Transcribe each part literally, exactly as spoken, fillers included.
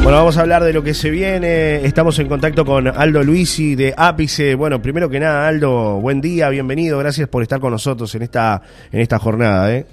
Bueno, vamos a hablar de lo que se viene. Estamos en contacto con Aldo Luisi de Ápice. Bueno, primero que nada, Aldo, buen día, bienvenido. Gracias por estar con nosotros en esta en esta jornada, ¿eh?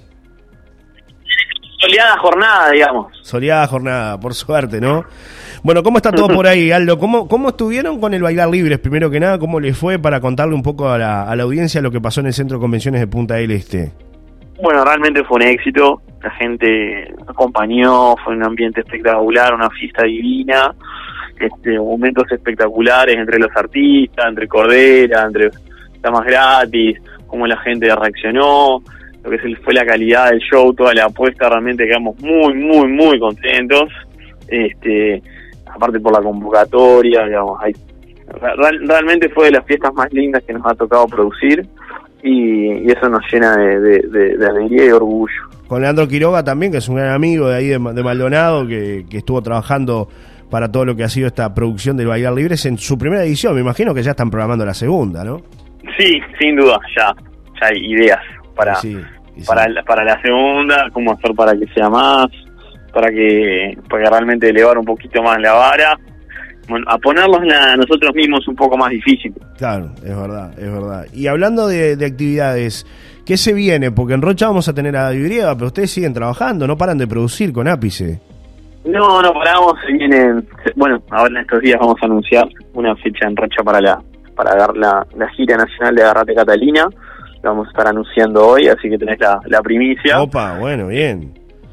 Soleada jornada, digamos. Soleada jornada, por suerte, ¿no? Bueno, ¿cómo está todo por ahí, Aldo? ¿Cómo, cómo estuvieron con el Bailar Libres? Primero que nada, ¿cómo les fue para contarle un poco a la, a la audiencia lo que pasó en el Centro de Convenciones de Punta del Este? Bueno, realmente fue un éxito. La gente acompañó, fue un ambiente espectacular, una fiesta divina, este, momentos espectaculares entre los artistas, entre Cordera, entre Damas Gratis, cómo la gente reaccionó, lo que fue la calidad del show, toda la apuesta, realmente quedamos muy, muy, muy contentos. Este, aparte por la convocatoria, digamos, hay, real, realmente fue de las fiestas más lindas que nos ha tocado producir. Y, y eso nos llena de, de, de, de alegría y orgullo. Con Leandro Quiroga también, que es un gran amigo de ahí de, de Maldonado, que, que estuvo trabajando para todo lo que ha sido esta producción del Bailar Libres en su primera edición. Me imagino que ya están programando la segunda, ¿no? Sí, sin duda, ya, ya hay ideas para, sí, sí. para, la, para la segunda, cómo hacer para que sea más, para que, para que realmente elevar un poquito más la vara. Bueno, a ponerlos a nosotros mismos un poco más difícil. Claro, es verdad, es verdad. Y hablando de, de actividades, ¿qué se viene? Porque en Rocha vamos a tener a Vidrieva, pero ustedes siguen trabajando, no paran de producir con Ápice. No, no paramos, se vienen, bueno, ahora en estos días vamos a anunciar una fecha en Rocha para la para dar la, la gira nacional de Agarrate Catalina, la vamos a estar anunciando hoy, así que tenés la, la primicia. Opa, bueno, bien.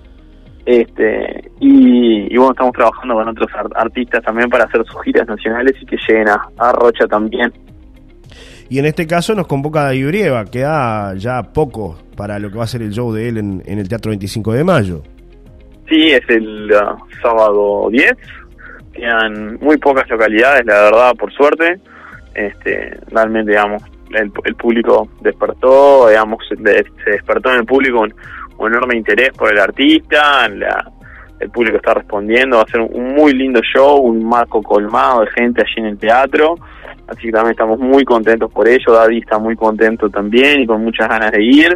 Este y, y bueno, estamos trabajando con otros art- artistas también para hacer sus giras nacionales y que lleguen a, a Rocha también. Y en este caso nos convoca David Brieva, queda ya poco para lo que va a ser el show de él en, en el Teatro veinticinco de mayo. Sí, es el uh, sábado diez, quedan muy pocas localidades, la verdad, por suerte. Este, realmente, digamos, el, el público despertó, digamos, se, se despertó en el público un, un enorme interés por el artista, la, el público está respondiendo, va a ser un, un muy lindo show, un marco colmado de gente allí en el teatro, así que también estamos muy contentos por ello. David está muy contento también y con muchas ganas de ir,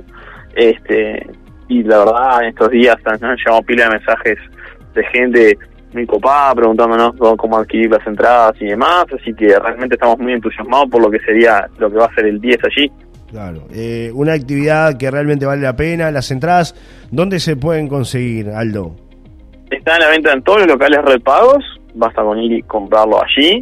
este y la verdad en estos días nos han llegado pila de mensajes de gente muy copada preguntándonos cómo adquirir las entradas y demás, así que realmente estamos muy entusiasmados por lo que sería lo que va a ser el diez allí. Claro, eh, una actividad que realmente vale la pena. Las entradas, ¿dónde se pueden conseguir, Aldo? Está en la venta en todos los locales Red Pagos, basta con ir y comprarlo allí,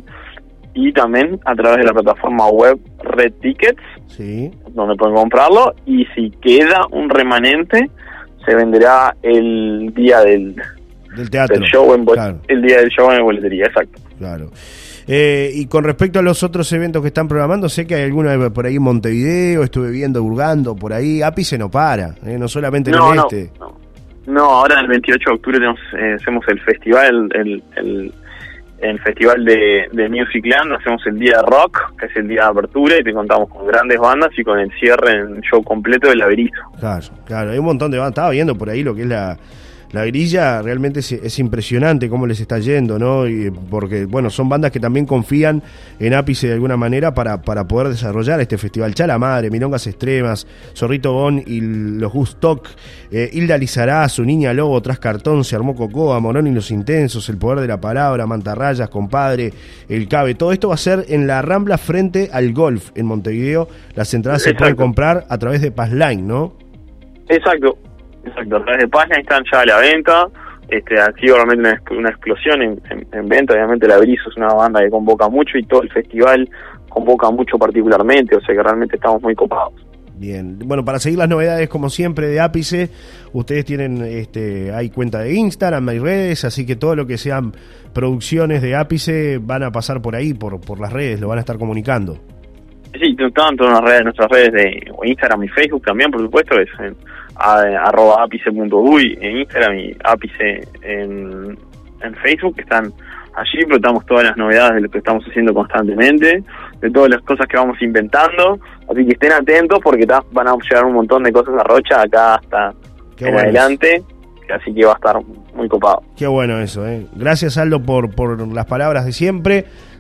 y también a través de la plataforma web Red Tickets, sí, donde pueden comprarlo, y si queda un remanente, se venderá el día del, del teatro, del show en bol- claro. el día del show en boletería, exacto. Claro. Eh, y con respecto a los otros eventos que están programando, sé que hay alguno por ahí en Montevideo, estuve viendo, hurgando por ahí. Ápice no para, eh, no solamente en No, el no, este. no, no, ahora el veintiocho de octubre tenemos, eh, hacemos el festival, el, el, el festival de, de Musicland, hacemos el día de rock, que es el día de apertura, y te contamos con grandes bandas y con el cierre en show completo del Laberizo. Claro, claro, hay un montón de bandas. Estaba viendo por ahí lo que es la... La grilla, realmente es, es impresionante cómo les está yendo, ¿no? Y porque, bueno, son bandas que también confían en Ápice de alguna manera para, para poder desarrollar este festival. Chala Madre, Milongas Extremas, Zorrito Bon y los Gustock, eh, Hilda Lizará, Su Niña Lobo, Tras Cartón, Se Armó Cocoa, Morón y los Intensos, El Poder de la Palabra, Mantarrayas, Compadre, El Cabe. Todo esto va a ser en la Rambla frente al Golf en Montevideo. Las entradas Exacto. se pueden comprar a través de Passline, ¿no? Exacto. Exacto, a través de páginas están ya a la venta. Este, ha sido realmente una, una explosión en, en, en venta. Obviamente la Brizo es una banda que convoca mucho y todo el festival convoca mucho particularmente, o sea que realmente estamos muy copados. Bien, bueno, para seguir las novedades como siempre de Ápice, ustedes tienen, este, hay cuenta de Instagram, hay redes, así que todo lo que sean producciones de Ápice van a pasar por ahí, por, por las redes, lo van a estar comunicando. Sí, tanto en las redes, nuestras redes de Instagram y Facebook también, por supuesto, es en a, arroba ápice punto uy en Instagram y ápice en, en Facebook, que están allí, explotamos todas las novedades de lo que estamos haciendo constantemente, de todas las cosas que vamos inventando, así que estén atentos porque ta, van a llegar un montón de cosas a Rocha acá hasta Qué en bueno adelante, es. Así que va a estar muy copado. Qué bueno eso, ¿eh? Gracias, Aldo, por, por las palabras de siempre.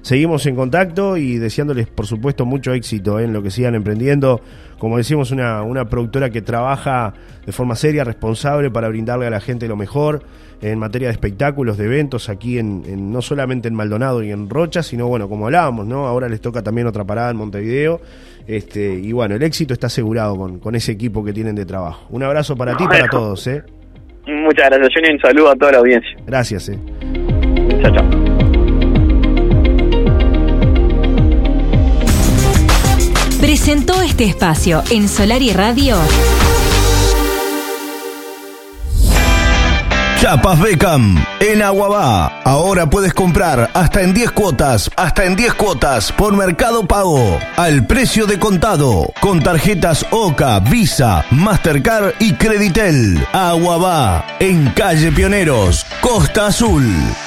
seguimos en contacto y deseándoles, por supuesto, mucho éxito, ¿eh? En lo que sigan emprendiendo. Como decimos, una, una productora que trabaja de forma seria, responsable, para brindarle a la gente lo mejor en materia de espectáculos, de eventos, aquí en, en no solamente en Maldonado y en Rocha, sino, bueno, como hablábamos, ¿no? Ahora les toca también otra parada en Montevideo. Este, y bueno, el éxito está asegurado con, con ese equipo que tienen de trabajo. Un abrazo para ti y para todos, ¿eh? Muchas gracias, Johnny, un saludo a toda la audiencia. Gracias, ¿eh? Chao, chao. Presentó este espacio en Solari Radio. Chapas Beckham, en Aguabá. Ahora puedes comprar hasta en diez cuotas, hasta en diez cuotas por Mercado Pago, al precio de contado, con tarjetas Oca, Visa, Mastercard y Creditel. Aguabá, en Calle Pioneros, Costa Azul.